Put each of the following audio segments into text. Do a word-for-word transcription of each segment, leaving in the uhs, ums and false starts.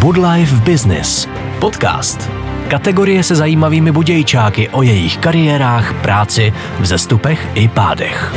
Bud Life Business. Podcast. Kategorie se zajímavými budějčáky o jejich kariérách, práci, vzestupech i pádech.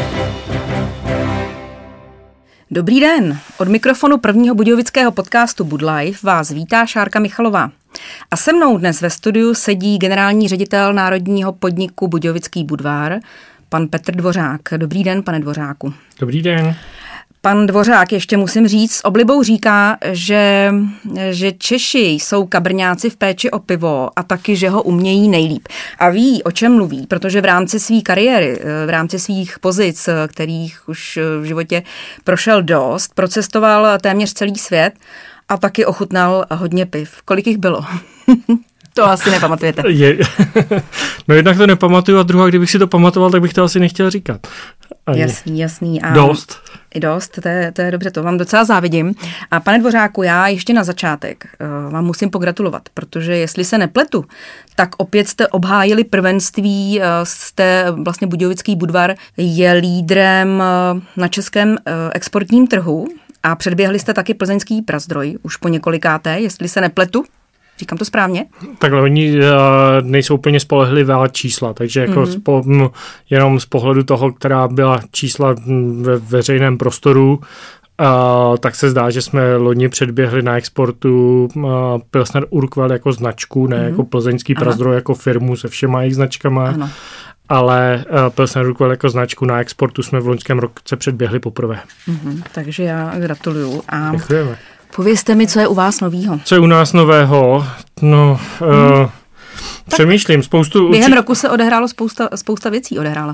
Dobrý den. Od mikrofonu prvního budějovického podcastu Bud Life vás vítá Šárka Michalová. A se mnou dnes ve studiu sedí generální ředitel národního podniku Budějovický Budvar, pan Petr Dvořák. Dobrý den, pane Dvořáku. Dobrý den. Pan Dvořák, ještě musím říct, s oblibou říká, že, že Češi jsou kabrňáci v péči o pivo a taky, že ho umějí nejlíp. A ví, o čem mluví, protože v rámci své kariéry, v rámci svých pozic, kterých už v životě prošel dost, procestoval téměř celý svět a taky ochutnal hodně piv. Kolik jich bylo? To asi nepamatujete. Je, no jednak to nepamatuju a druhá, kdybych si to pamatoval, tak bych to asi nechtěl říkat. Ani. Jasný, jasný. A dost. I dost, to je, to je dobře, to vám docela závidím. A pane Dvořáku, já ještě na začátek uh, vám musím pogratulovat, protože jestli se nepletu, tak opět jste obhájili prvenství, uh, jste vlastně Budějovický Budvar je lídrem uh, na českém uh, exportním trhu a předběhli jste taky plzeňský Prazdroj, už po několikáté, jestli se nepletu. Říkám to správně? Takhle, oni uh, nejsou úplně spolehlivá čísla, takže jako mm-hmm. spo, m, jenom z pohledu toho, která byla čísla ve veřejném prostoru, uh, tak se zdá, že jsme loni předběhli na exportu uh, Pilsner Urquell jako značku, ne mm-hmm. jako plzeňský Prazdroj jako firmu se všema jejich značkama. Ano. Ale uh, Pilsner Urquell jako značku na exportu jsme v loňském roce předběhli poprvé. Mm-hmm, takže já gratuluju. A děkujeme. Povězte mi, co je u vás novýho. Co je u nás nového? No, hmm. uh, přemýšlím. Spoustu... Během urči... roku se odehrálo spousta, spousta věcí odehrála.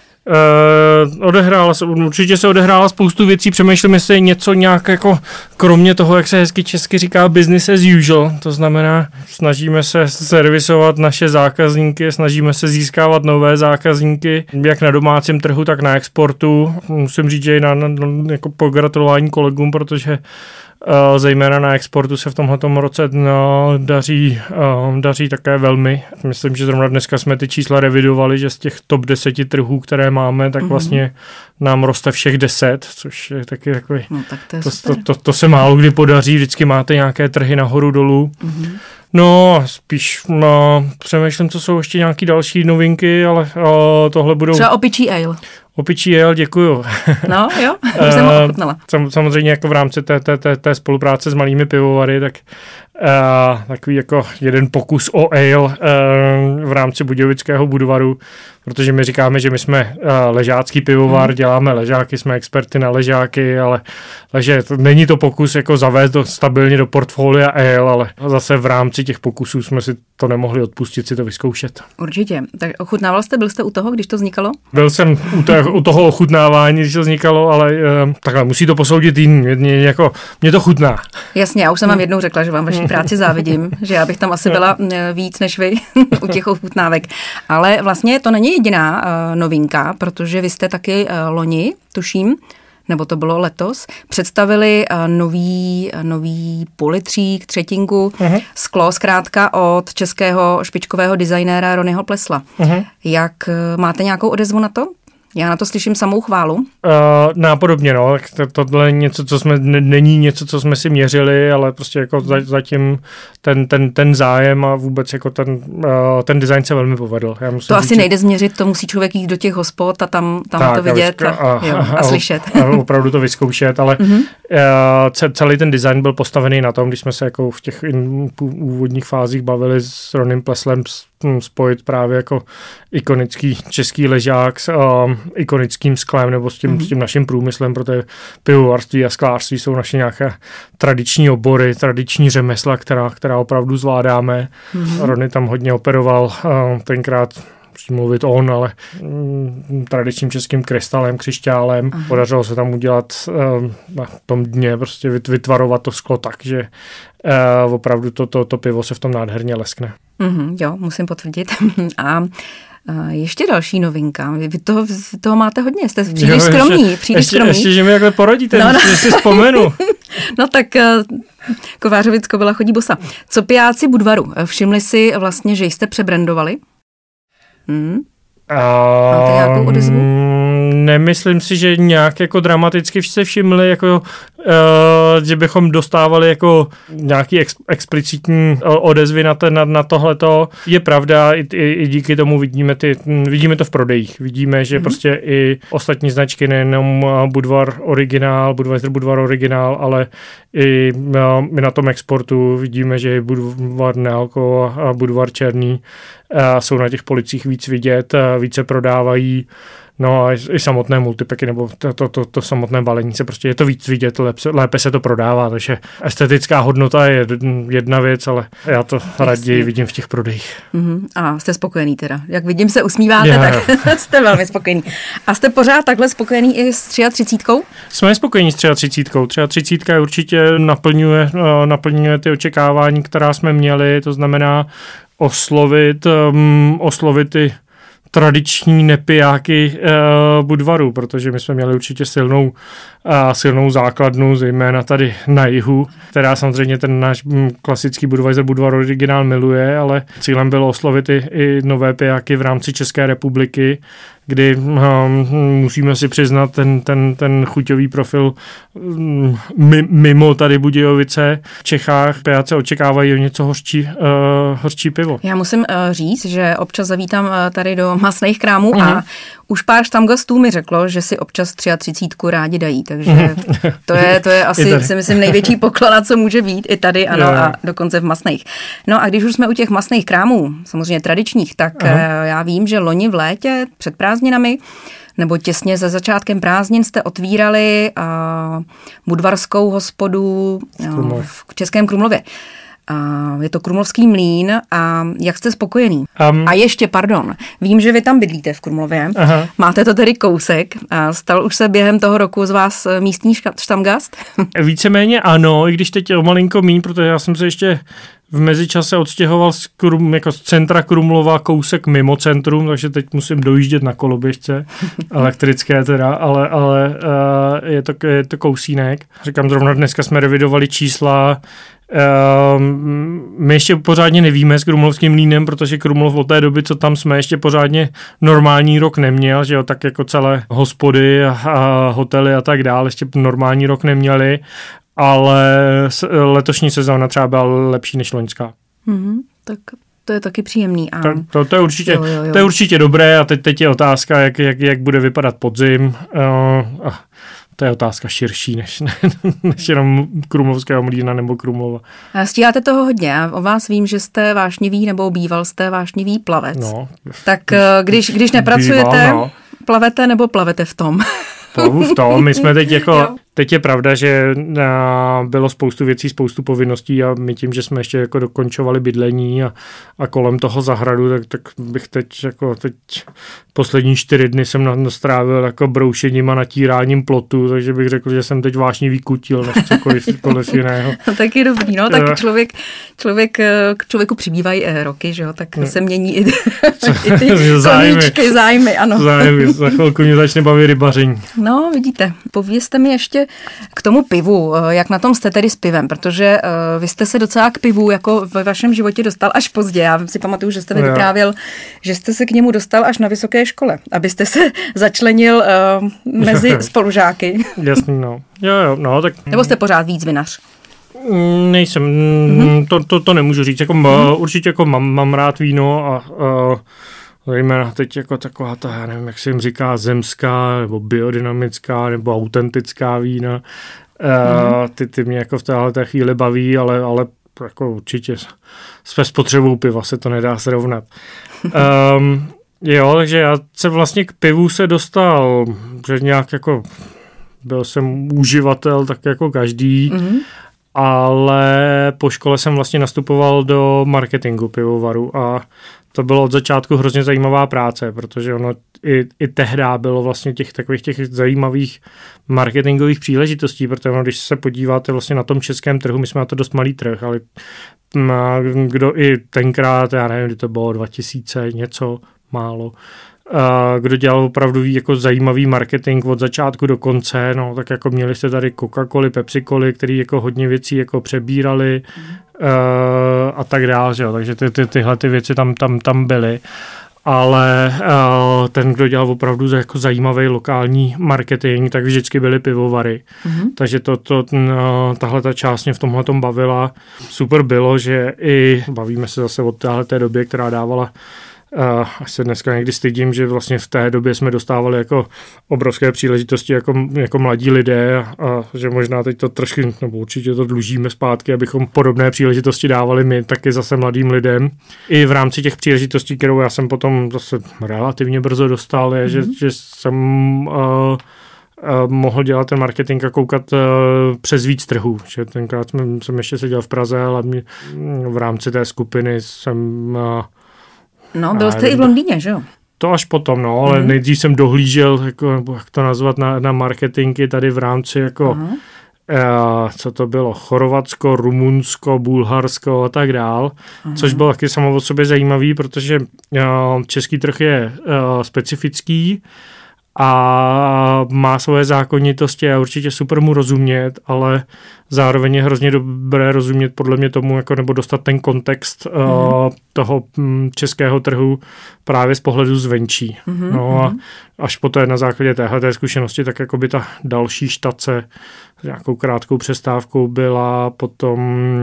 Uh, odehrála se, určitě se odehrála spoustu věcí, přemýšlím, jestli je něco nějak jako, kromě toho, jak se hezky česky říká business as usual, to znamená, snažíme se servisovat naše zákazníky, snažíme se získávat nové zákazníky, jak na domácím trhu, tak na exportu. Musím říct, že i na, na jako pogratulování kolegům, protože Uh, zejména na exportu se v tomhletom roce no, daří, uh, daří také velmi. Myslím, že zrovna dneska jsme ty čísla revidovali, že z těch top deseti trhů, které máme, tak mm-hmm. vlastně nám roste všech deset, což je taky takový... No, tak to, je to, to, to, to se málo kdy podaří, vždycky máte nějaké trhy nahoru dolů. Mm-hmm. No, spíš no, přemýšlím, co jsou ještě nějaké další novinky, ale uh, tohle budou... Třeba opičí ale. Opičí ale, děkuju. No jo, už jsem ho ochutnala. Sam, samozřejmě jako v rámci té, té, té, té spolupráce s malými pivovary, tak uh, takový jako jeden pokus o ale uh, v rámci Budějovického Budvaru, protože my říkáme, že my jsme uh, ležácký pivovar, hmm. děláme ležáky, jsme experty na ležáky, ale takže to, není to pokus jako zavést do, stabilně do portfolia ale, ale zase v rámci těch pokusů jsme si to nemohli odpustit si to vyzkoušet. Určitě. Tak ochutnával jste, byl jste u toho, když to vznikalo? Byl jsem u, té, u toho ochutnávání, když to vznikalo, ale uh, takhle musí to posoudit jiný. Mě, jako, mě to chutná. Jasně, já už jsem vám jednou řekla, že vám vaší práci závidím, že já bych tam asi byla víc než vy u těch ochutnávek. Ale vlastně to není jediná uh, novinka, protože vy jste taky uh, loni, tuším, nebo to bylo letos, představili uh, nový, uh, nový politřík, třetinku, uh-huh. sklo zkrátka od českého špičkového designéra Ronyho Plesla. Uh-huh. Jak uh, máte nějakou odezvu na to? Já na to slyším samou chválu. Uh, nápodobně, no. Tak to, tohle něco, co jsme, ne, není něco, co jsme si měřili, ale prostě jako za, zatím ten, ten, ten zájem a vůbec jako ten, uh, ten design se velmi povedl. Já musím to říct, asi nejde změřit, to musí člověk jít do těch hospod a tam, tam tak, to vidět a, a, a, jo, a, a slyšet. A opravdu to vyzkoušet, ale uh-huh. uh, celý ten design byl postavený na tom, když jsme se jako v těch in, úvodních fázích bavili s Ronnym Pleslem spojit právě jako ikonický český ležák s um, ikonickým sklem nebo s tím, mm-hmm. s tím naším průmyslem, protože pivovarství a sklářství jsou naše nějaké tradiční obory, tradiční řemesla, která, která opravdu zvládáme. Mm-hmm. Ronny tam hodně operoval, um, tenkrát musím mluvit on, ale mm, tradičním českým krystalem, křišťálem. Aha. Podařilo se tam udělat um, na tom dně, prostě vytvarovat to sklo tak, že uh, opravdu to, to, to pivo se v tom nádherně leskne. Mm-hmm, jo, musím potvrdit. A Uh, ještě další novinka. Vy toho, toho máte hodně, jste příliš jo, skromní. Ještě, příliš ještě, skromní. ještě, že mi takhle poradíte, no, no. že si vzpomenu. No tak uh, Kovářovicko byla chodí bosa. Co pijáci Budvaru? Všimli si vlastně, že jste přebrandovali? Hmm. Máte nějakou odezvu? Nemyslím si, že nějak jako dramaticky se všimli, jako, uh, že bychom dostávali jako nějaký ex, explicitní odezvy na, ten, na, na tohleto. Je pravda, i, i, i díky tomu vidíme, ty, vidíme to v prodejích. Vidíme, že mm-hmm. prostě i ostatní značky, nejenom Budvar Originál, Budweiser Budvar Originál, ale i my na tom exportu vidíme, že Budvar Nealko a Budvar Černý a jsou na těch policích víc vidět, více prodávají. No a i samotné multipacky nebo to, to, to, to samotné balení se prostě je to víc vidět, lépe, lépe se to prodává, takže estetická hodnota je jedna věc, ale já to Jasně. raději vidím v těch prodejích. Uh-huh. A jste spokojený teda. Jak vidím, se usmíváte, yeah. tak jste velmi spokojený. A jste pořád takhle spokojený i s třicítkou? Jsme spokojení s třicítkou. třicítka určitě naplňuje, naplňuje ty očekávání, která jsme měli, to znamená oslovit, um, oslovit ty tradiční nepijáky uh, Budvaru, protože my jsme měli určitě silnou, uh, silnou základnu, zejména tady na jihu, která samozřejmě ten náš um, klasický Budweiser Budvar Originál miluje, ale cílem bylo oslovit i, i nové pijáky v rámci České republiky, kdy um, musíme si přiznat ten, ten, ten chuťový profil um, mimo tady Budějovice. V Čechách pijáci očekávají o něco hořčí, uh, hořčí pivo. Já musím uh, říct, že občas zavítám uh, tady do masných krámů mm-hmm. a už pár štamgastů mi řeklo, že si občas třicítku rádi dají, takže mm-hmm. to je, to je asi, si myslím, největší poklona, co může být i tady, ano, yeah. a dokonce v masných. No a když už jsme u těch masných krámů, samozřejmě tradičních, tak uh, já vím, že loni v létě před prázdninami nebo těsně za začátkem prázdnin jste otvírali uh, budvarskou hospodu uh, v Českém Krumlově. Uh, je to Krumlovský mlýn a jak jste spokojený? Um, a ještě, pardon, vím, že vy tam bydlíte v Krumlově, aha. máte to tedy kousek a stal už se během toho roku z vás místní štamgast? Víceméně ano, i když teď je o malinko míň, protože já jsem se ještě v mezičase odstěhoval z, Krum, jako z centra Krumlova kousek mimo centrum, takže teď musím dojíždět na koloběžce elektrické teda, ale, ale uh, je, to, je to kousínek. Říkám, zrovna dneska jsme revidovali čísla. Uh, my ještě pořádně nevíme s Krumlovským mlýnem, protože Krumlov od té doby, co tam jsme, ještě pořádně normální rok neměl, že jo, tak jako celé hospody a, a hotely a tak dále, ještě normální rok neměli. Ale letošní sezóna třeba byla lepší než loňská. Mm-hmm, tak to je taky příjemný. A... To, to, to, je určitě, jo, jo, jo. to je určitě dobré a teď, teď je otázka, jak, jak, jak bude vypadat podzim. Uh, to je otázka širší než, ne, než jenom Krumlovského mlýna nebo Krumlova. Stíháte toho hodně. Já o vás vím, že jste vášnivý nebo býval jste vášnivý plavec. No, tak když, když nepracujete, býval, no. plavete nebo plavete v tom? Plavu v tom. My jsme teď jako... Teď je pravda, že bylo spoustu věcí, spoustu povinností a my tím, že jsme ještě jako dokončovali bydlení a, a kolem toho zahradu, tak, tak bych teď jako teď poslední čtyři dny jsem nastrávil jako broušením a natíráním plotu, takže bych řekl, že jsem teď vášnivý kutil než cokoliv, cokoliv jiného. No, tak je dobrý, no, tak člověk, člověk, k člověku přibývají roky, že jo, tak no. se mění i, i ty koníčky, zájmy, ano. Zájmy, za chvilku mě začne bavit rybaření. No, vidíte, povězte mi ještě k tomu pivu, jak na tom jste tedy s pivem, protože uh, vy jste se docela k pivu jako ve vašem životě dostal až pozdě. Já si pamatuju, že jste mi vyprávěl, že jste se k němu dostal až na vysoké škole, abyste se začlenil uh, mezi spolužáky. Jasný, no. Jo, jo, no, tak... Nebo jste pořád víc vinař? Nejsem, mm-hmm. to, to, to nemůžu říct. Jako, mm-hmm. Určitě jako mám, mám rád víno a... Uh, zejména teď jako taková ta, já nevím, jak se jim říká, zemská, nebo biodynamická, nebo autentická vína. Mm. Ty, ty mě jako v téhle chvíli baví, ale, ale jako určitě s spotřebou piva se to nedá srovnat. um, jo, takže já se vlastně k pivu se dostal, že nějak jako byl jsem uživatel, tak jako každý, mm. ale po škole jsem vlastně nastupoval do marketingu pivovaru a to bylo od začátku hrozně zajímavá práce, protože ono i, i tehdy bylo vlastně těch takových těch zajímavých marketingových příležitostí, protože ono, když se podíváte vlastně na tom českém trhu, my jsme na to dost malý trh, ale kdo i tenkrát, já nevím, kdy to bylo dva tisíce něco málo, kdo dělal opravdu jako zajímavý marketing od začátku do konce, no tak jako měli jste tady Coca-Coly, Pepsi-Coly, který jako hodně věcí jako přebírali mm. uh, a tak dále, že jo, takže ty, ty, tyhle ty věci tam, tam, tam byly. ale uh, ten, kdo dělal opravdu jako zajímavý lokální marketing, tak vždycky byly pivovary. Mm-hmm. Takže to, to, uh, tahle ta část mě v tomhle tom bavila. Super bylo, že i bavíme se zase od téhleté době, která dávala Uh, až se dneska někdy stydím, že vlastně v té době jsme dostávali jako obrovské příležitosti jako, jako mladí lidé a, a že možná teď to trošku, nebo určitě to dlužíme zpátky, abychom podobné příležitosti dávali my taky zase mladým lidem. I v rámci těch příležitostí, kterou já jsem potom zase relativně brzo dostal, je, mm-hmm. že, že jsem uh, uh, mohl dělat ten marketing a koukat uh, přes víc trhů. Že tenkrát jsem, jsem ještě seděl v Praze, ale mě, v rámci té skupiny jsem uh, No, byl jste i v Londýně, že jo? To až potom, no, ale mm. nejdřív jsem dohlížel, jako, nebo jak to nazvat, na, na marketingy tady v rámci, jako, eh, co to bylo, Chorvatsko, Rumunsko, Bulharsko a tak dál, Aha. což bylo taky samo od sobě zajímavý, protože eh, český trh je eh, specifický a má svoje zákonitosti a určitě super mu rozumět, ale zároveň je hrozně dobré rozumět podle mě tomu, jako, nebo dostat ten kontext mm. uh, toho um, českého trhu právě z pohledu zvenčí. Mm-hmm, no a až poté na základě téhleté zkušenosti, tak jako by ta další štace s nějakou krátkou přestávkou byla potom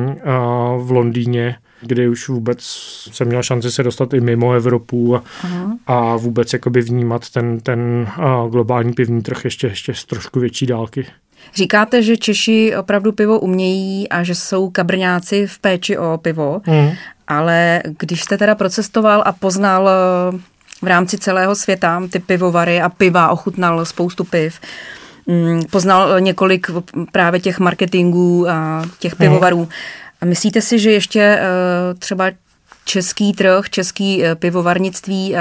uh, v Londýně, kdy už vůbec jsem měl šanci se dostat i mimo Evropu a, a vůbec jakoby vnímat ten, ten uh, globální pivní trh ještě, ještě z trošku větší dálky. Říkáte, že Češi opravdu pivo umějí a že jsou kabrňáci v péči o pivo, mm. ale když jste teda procestoval a poznal v rámci celého světa ty pivovary a piva, ochutnal spoustu piv, poznal několik právě těch marketingů a těch pivovarů, a myslíte si, že ještě třeba český trh, český pivovarnictví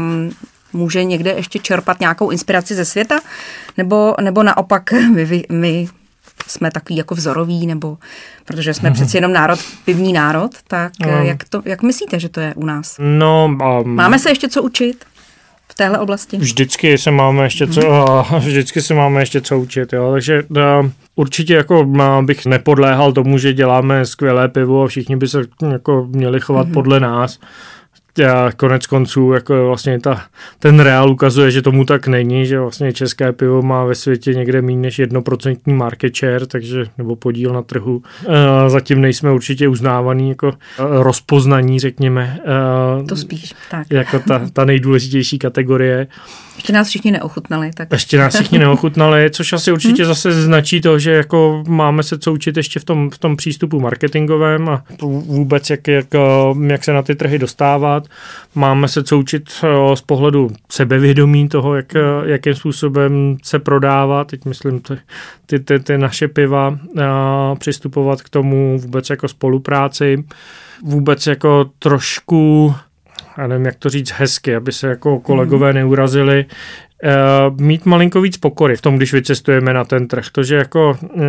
může někde ještě čerpat nějakou inspiraci ze světa? Nebo, nebo naopak my, my jsme takový jako vzorový, nebo protože jsme přeci jenom národ, pivní národ, tak no. jak, to, jak myslíte, že to je u nás? No, um, máme se ještě co učit v téhle oblasti? Vždycky se máme ještě co, hmm. vždycky se máme ještě co učit, jo, takže uh, určitě jako bych nepodléhal tomu, že děláme skvělé pivo a všichni by se jako měli chovat hmm. podle nás. A konec konců jako vlastně ta, ten reál ukazuje, že tomu tak není, že vlastně české pivo má ve světě někde méně než jednoprocentní market share, takže, nebo podíl na trhu. E, zatím nejsme určitě uznávaný jako rozpoznaní, řekněme. E, to spíš, tak. Jako ta, ta nejdůležitější kategorie. Ještě nás všichni neochutnali. Tak. Ještě nás všichni neochutnali, což asi určitě hmm. zase značí to, že jako máme se co učit ještě v tom, v tom přístupu marketingovém a vůbec jak, jak, jak se na ty trhy dostávat. Máme se co učit z pohledu sebevědomí toho, jak, jakým způsobem se prodává, teď myslím ty, ty, ty, ty naše piva, a přistupovat k tomu vůbec jako spolupráci, vůbec jako trošku, já nevím, jak to říct hezky, aby se jako kolegové neurazili, uh, mít malinko víc pokory v tom, když vycestujeme na ten trh. To, že jako uh,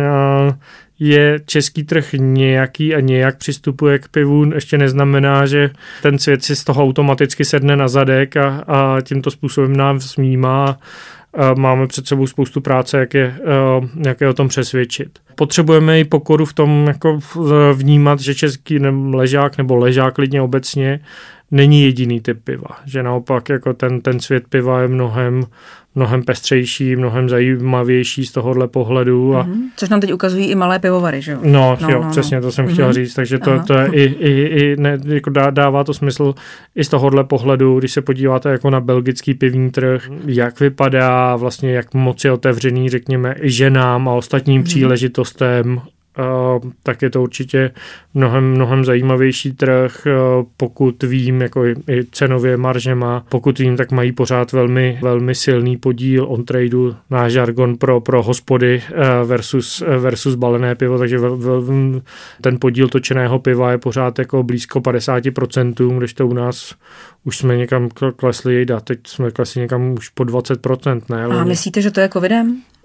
je český trh nějaký a nějak přistupuje k pivu, ještě neznamená, že ten svět si z toho automaticky sedne na zadek a, a tímto způsobem nás vnímá. Máme před sebou spoustu práce, jak je, jak je o tom přesvědčit. Potřebujeme i pokoru v tom jako vnímat, že český ležák nebo ležák klidně obecně není jediný typ piva. Že naopak jako ten, ten svět piva je mnohem, mnohem pestřejší, mnohem zajímavější z tohohle pohledu. A... Mm-hmm. Což nám teď ukazují i malé pivovary, že jo? No, no jo, no, přesně no. to jsem mm-hmm. chtěl říct. Takže to, to je i, i, i ne, jako dá, dává to smysl i z tohohle pohledu, když se podíváte jako na belgický pivní trh, jak vypadá, vlastně jak moc je otevřený, řekněme, i ženám a ostatním mm-hmm. příležitostem. Uh, tak je to určitě mnohem, mnohem zajímavější trh, uh, pokud vím, jako i, i cenově marže má, pokud vím, tak mají pořád velmi, velmi silný podíl on tradu, náš žargon pro, pro hospody uh, versus, uh, versus balené pivo, takže vel, vel, ten podíl točeného piva je pořád jako blízko padesát procent, když to u nás už jsme někam klesli, a teď jsme klesli někam už po dvacet procent, ne? A myslíte, že to je covidem?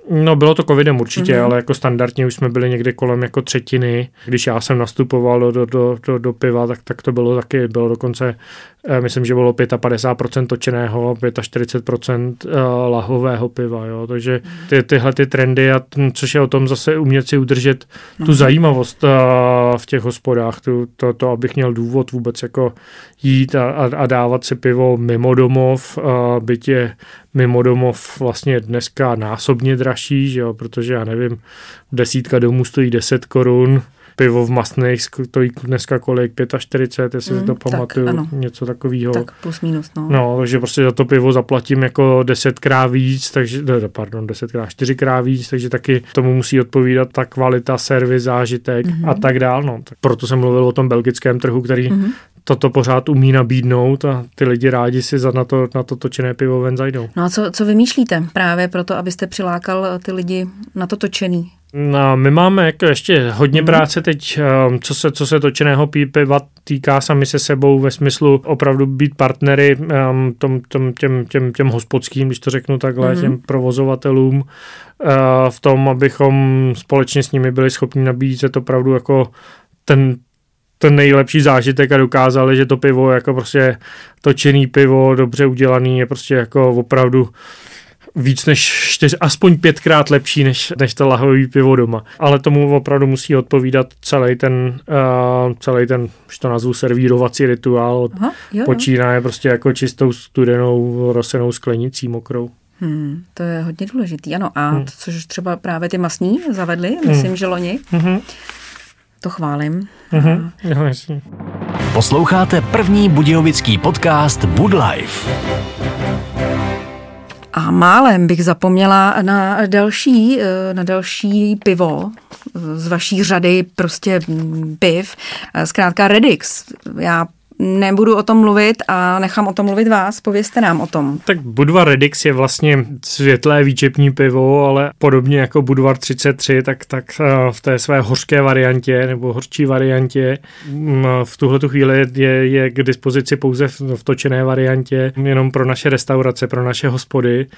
No bylo to covidem určitě, mm-hmm. ale jako standardně už jsme byli někde kolem jako třetiny. Když já jsem nastupoval do, do, do, do, do piva, tak, tak to bylo taky, bylo dokonce, eh, myslím, že bylo padesát pět procent točeného, čtyřicet pět procent eh, lahového piva, jo, takže ty, tyhle ty trendy, a t, což je o tom zase umět si udržet no. tu zajímavost eh, v těch hospodách, tu, to, to, abych měl důvod vůbec jako jít a, a, a dávat si pivo mimo domov, eh, byť je mimo domov vlastně dneska násobně dražší, že jo, protože já nevím, desítka domů stojí deset korun, pivo v Mastných stojí dneska kolik, čtyřicet pět, jestli mm, si to pamatuju, tak, něco takového. Tak plus minus, no. No, takže prostě za to pivo zaplatím jako desetkrát víc, takže, pardon, desetkrát, čtyřikrát víc, takže taky tomu musí odpovídat ta kvalita, servis, zážitek mm-hmm. a tak dál, no. Tak proto jsem mluvil o tom belgickém trhu, který mm-hmm. toto pořád umí nabídnout a ty lidi rádi si za na to, na to točené pivo ven zajdou. No a co, co vymýšlíte právě proto, abyste přilákal ty lidi na to točený? No, my máme jako ještě hodně mm. práce teď, co se, co se točeného piva týká sami se sebou ve smyslu opravdu být partnery um, tom, tom, těm, těm, těm hospodským, když to řeknu takhle, mm. těm provozovatelům uh, v tom, abychom společně s nimi byli schopni nabízet opravdu jako ten ten nejlepší zážitek a dokázali, že to pivo jako prostě točený pivo, dobře udělaný, je prostě jako opravdu víc než čtyř, aspoň pětkrát lepší než, než to lahový pivo doma. Ale tomu opravdu musí odpovídat celý ten, uh, celý ten, už to nazvu, servírovací rituál od Aha, jo, počínaje prostě jako čistou studenou rosenou sklenicí mokrou. Hmm, to je hodně důležitý, ano. A hmm. což třeba právě ty masní zavedli, myslím, hmm. že loni. Hmm. To chválím. Mm-hmm. Jo, Posloucháte první budějovický podcast Bud Life. A málem bych zapomněla na další, na další pivo z vaší řady prostě piv. Zkrátka Redix. Já nebudu o tom mluvit a nechám o tom mluvit vás. Povězte nám o tom. Tak Budvar Redix je vlastně světlé výčepní pivo, ale podobně jako Budvar třicet tři, tak, tak v té své hořké variantě nebo hořčí variantě v tuhletu chvíli je, je k dispozici pouze v, v točené variantě, jenom pro naše restaurace, pro naše hospody.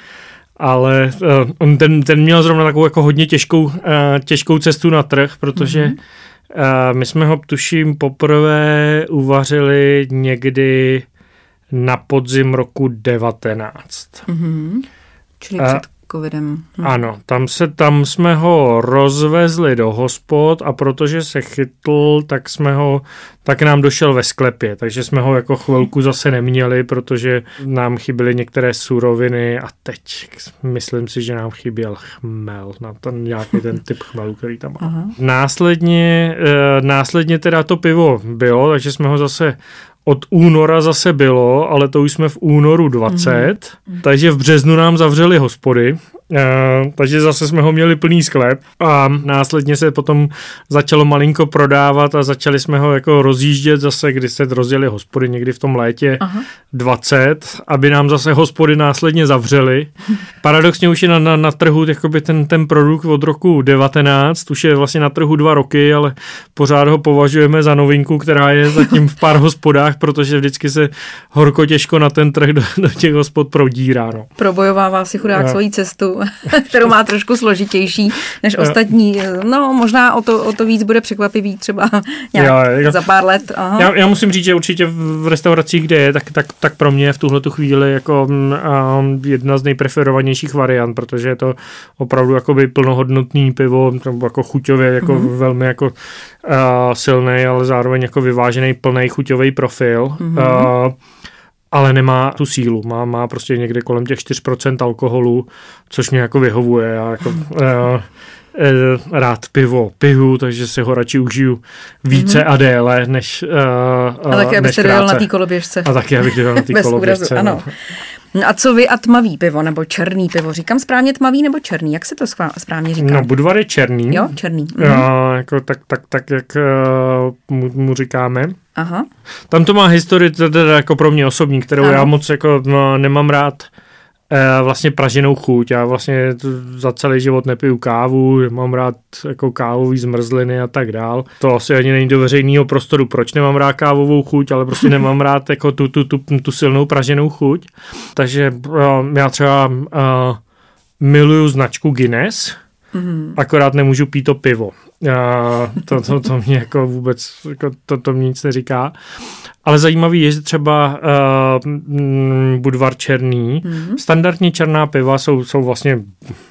Ale on ten, ten měl zrovna takovou jako hodně těžkou, těžkou cestu na trh, protože mm-hmm. Uh, my jsme ho, tuším, poprvé uvařili někdy na podzim roku devatenáct. Mm-hmm. Čili před covidem. Hm. Ano, tam, se, tam jsme ho rozvezli do hospod a protože se chytl, tak jsme ho, tak nám došel ve sklepě, takže jsme ho jako chvilku zase neměli, protože nám chyběly některé suroviny a teď myslím si, že nám chyběl chmel, na ten nějaký ten typ chmelu, který tam má. Aha. Následně, e, následně teda to pivo bylo, takže jsme ho zase od února zase bylo, ale to už jsme v únoru dvacet, mm. takže v březnu nám zavřeli hospody, uh, takže zase jsme ho měli plný sklep a následně se potom začalo malinko prodávat a začali jsme ho jako rozjíždět zase, když se rozjeli hospody někdy v tom létě Aha. dvacet, aby nám zase hospody následně zavřeli. Paradoxně už je na, na, na trhu jakoby ten, ten produkt od roku devatenáct, už je vlastně na trhu dva roky, ale pořád ho považujeme za novinku, která je zatím v pár hospodách, protože vždycky se horko těžko na ten trh do, do těch hospod prodírá. No. Probojovává si chudák no. svoji cestu, kterou má trošku složitější než no. ostatní. No, možná o to, o to víc bude překvapivý třeba nějak já, já, za pár let. Aha. Já, já musím říct, že určitě v restauracích, kde je, tak, tak, tak pro mě v tuhletu chvíli jako um, jedna z nejpreferovanějších variant, protože je to opravdu jakoby plnohodnotný pivo, jako chuťově jako mm-hmm. velmi jako uh, silný, ale zároveň jako vyvážený plný chuťový profil. Mm-hmm. Uh, ale nemá tu sílu. Má, má prostě někde kolem těch čtyři procenta alkoholu, což mě jako vyhovuje. Já jako, uh, uh, rád pivo piju, takže si ho radši užiju více mm-hmm. a déle, než uh, A taky, abyste dojel na té koloběžce. A taky, abych dojel na té koloběžce. Bez ano. A co vy a tmavý pivo, nebo černý pivo? Říkám správně tmavý nebo černý? Jak se to správně říká? No, Budvar je černý. Jo, černý. Mhm. Uh, jako tak, tak, tak, jak uh, mu, mu říkáme. Aha. Tam to má historii teda jako pro mě osobní, kterou ano. já moc jako no, nemám rád uh, vlastně praženou chuť. Já vlastně za celý život nepiju kávu, mám rád jako kávový zmrzliny a tak dál. To asi ani není do veřejného prostoru, proč nemám rád kávovou chuť, ale prostě nemám rád jako tu, tu, tu, tu silnou praženou chuť. Takže uh, já třeba uh, miluju značku Guinness, mm-hmm. akorát nemůžu pít to pivo. A to, to, to mě jako vůbec, jako to, to mě nic neříká. Ale zajímavý je, že třeba uh, Budvar černý, mm-hmm. standardní černá piva jsou, jsou vlastně,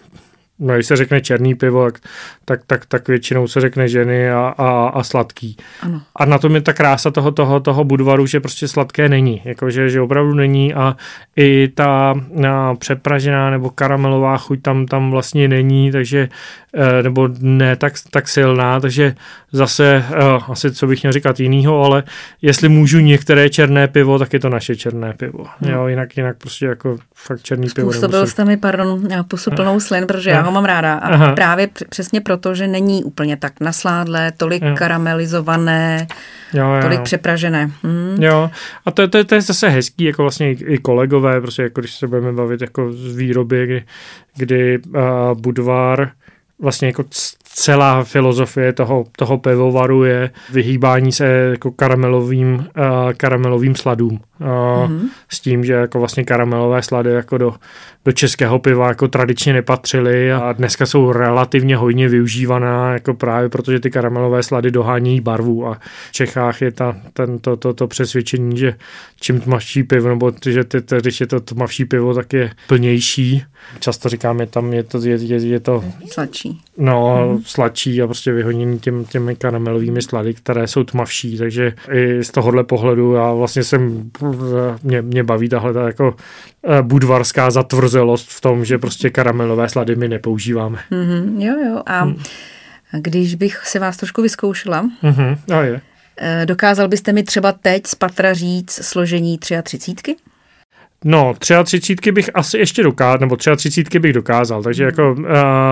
no když se řekne černý pivo, tak, tak, tak většinou se řekne ženy a, a, a sladký. Ano. A na tom je ta krása toho, toho, toho Budvaru, že prostě sladké není. Jakože, že opravdu není a i ta a, přepražená nebo karamelová chuť tam, tam vlastně není, takže nebo ne tak, tak silná, takže zase uh, asi co bych měl říkat jinýho, ale jestli můžu některé černé pivo, tak je to naše černé pivo. Hmm. Jo, jinak, jinak prostě jako fakt černý pivo. Způsobil jste mi, pardon, pusu plnou slin, protože já ho mám ráda a Aha. právě přesně proto, že není úplně tak nasládlé, tolik jo. karamelizované, jo, jo, tolik jo. přepražené. Hmm. Jo, a to, to, to je zase hezký, jako vlastně i kolegové, prostě jako když se budeme bavit jako z výroby, kdy, kdy uh, Budvar vlastně jako celá filozofie toho, toho pivovaru je vyhýbání se jako karamelovým, uh, karamelovým sladům. Uh, mm-hmm. S tím, že jako vlastně karamelové slady jako do, do českého piva jako tradičně nepatřily a dneska jsou relativně hojně využívaná jako právě protože ty karamelové slady dohánějí barvu a v Čechách je ta, ten, to, to, to přesvědčení, že čím tmavší pivo, nebo že ty, ty, když je to tmavší pivo, tak je plnější. Často říkáme, tam je to, je, je, je to sladší. No, mm. sladší a prostě vyhoněný těm, těmi karamelovými slady, které jsou tmavší, takže i z tohohle pohledu já vlastně jsem, mě, mě baví tahle ta jako budvarská zatvrzelost v tom, že prostě karamelové slady my nepoužíváme. Mm-hmm, jo, jo. A mm. když bych si vás trošku vyzkoušela, mm-hmm, a je. dokázal byste mi třeba teď z patra říct složení třicítky? No, třicítky bych asi ještě dokázal, nebo třicítky bych dokázal, takže jako uh,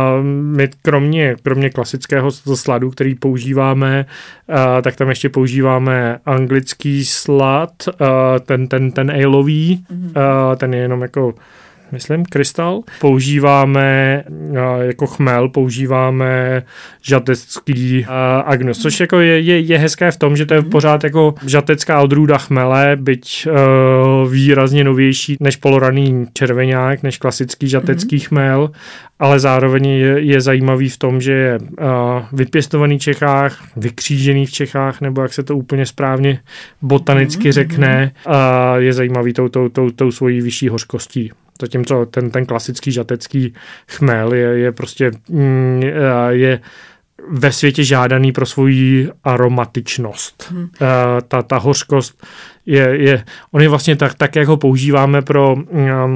my kromě, kromě klasického sladu, který používáme, uh, tak tam ještě používáme anglický slad, uh, ten, ten, ten aleový, uh, ten je jenom jako myslím, krystal. Používáme uh, jako chmel, používáme žatecký uh, agnus, což jako je, je, je hezké v tom, že to je pořád jako žatecká odrůda chmele, byť uh, výrazně novější než poloraný červeňák, než klasický žatecký mm-hmm. chmel, ale zároveň je, je zajímavý v tom, že je uh, vypěstovaný v Čechách, vykřížený v Čechách, nebo jak se to úplně správně botanicky mm-hmm. řekne, uh, je zajímavý tou, tou, tou, tou svojí vyšší hořkostí. Zatímco ten, ten klasický žatecký chmel je, je prostě mm, je ve světě žádaný pro svoji aromatičnost. Hmm. Ta, ta hořkost je, je, on je vlastně tak, tak, jak ho používáme pro um,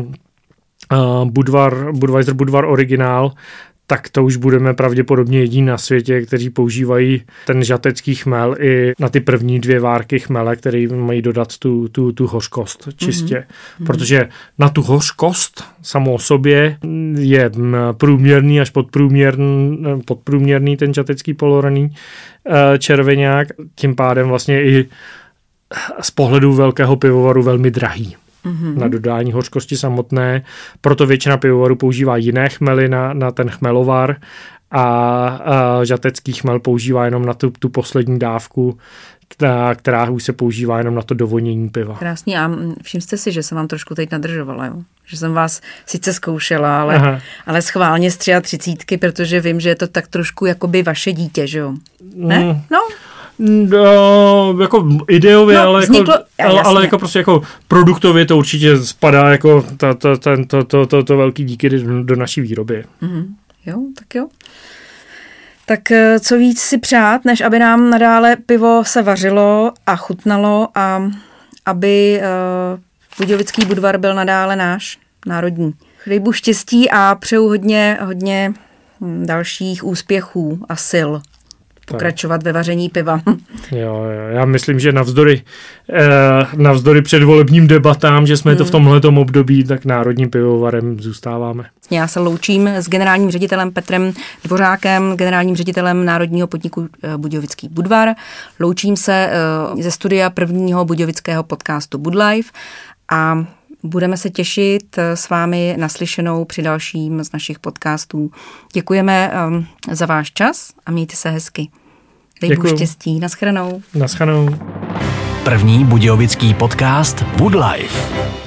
uh, Budvar, Budweiser Budvar originál, tak to už budeme pravděpodobně jediní na světě, kteří používají ten žatecký chmel i na ty první dvě várky chmele, které mají dodat tu, tu, tu hořkost čistě. Mm-hmm. Protože na tu hořkost samou o sobě je průměrný až podprůměrný, podprůměrný ten žatecký poloraný červeňák, tím pádem vlastně i z pohledu velkého pivovaru velmi drahý. Mm-hmm. Na dodání hořkosti samotné, proto většina pivovarů používá jiné chmely na, na ten chmelovar a, a žatecký chmel používá jenom na tu, tu poslední dávku, která, která už se používá jenom na to dovonění piva. Krásný, a všiml jste si, že jsem vám trošku teď nadržovala, jo? Že jsem vás sice zkoušela, ale, ale schválně z třicítky, protože vím, že je to tak trošku jakoby vaše dítě, že jo? Ne? Mm. No. No, jako ideově, no, ale, vzniklo, jako, ale, ale jako prostě jako produktově to určitě spadá jako ta, ta, ten, to, to, to, to velký díky do, do naší výroby. Mm-hmm. Jo, tak jo. Tak co víc si přát, než aby nám nadále pivo se vařilo a chutnalo a aby uh, Budějovický Budvar byl nadále náš, národní. Dej Bůh štěstí a přeju hodně, hodně dalších úspěchů a sil. Pokračovat ve vaření piva. Jo, jo, já myslím, že navzdory, eh, navzdory předvolebním debatám, že jsme hmm. to v tomhletom období, tak národním pivovarem zůstáváme. Já se loučím s generálním ředitelem Petrem Dvořákem, generálním ředitelem Národního podniku Budějovický Budvar. Loučím se eh, ze studia prvního budějovického podcastu Budlife a budeme se těšit s vámi naslyšenou při dalším z našich podcastů. Děkujeme um, za váš čas a mějte se hezky. Dej Bůh štěstí. Naschranou. Naschranou. První budějovický podcast Budlife.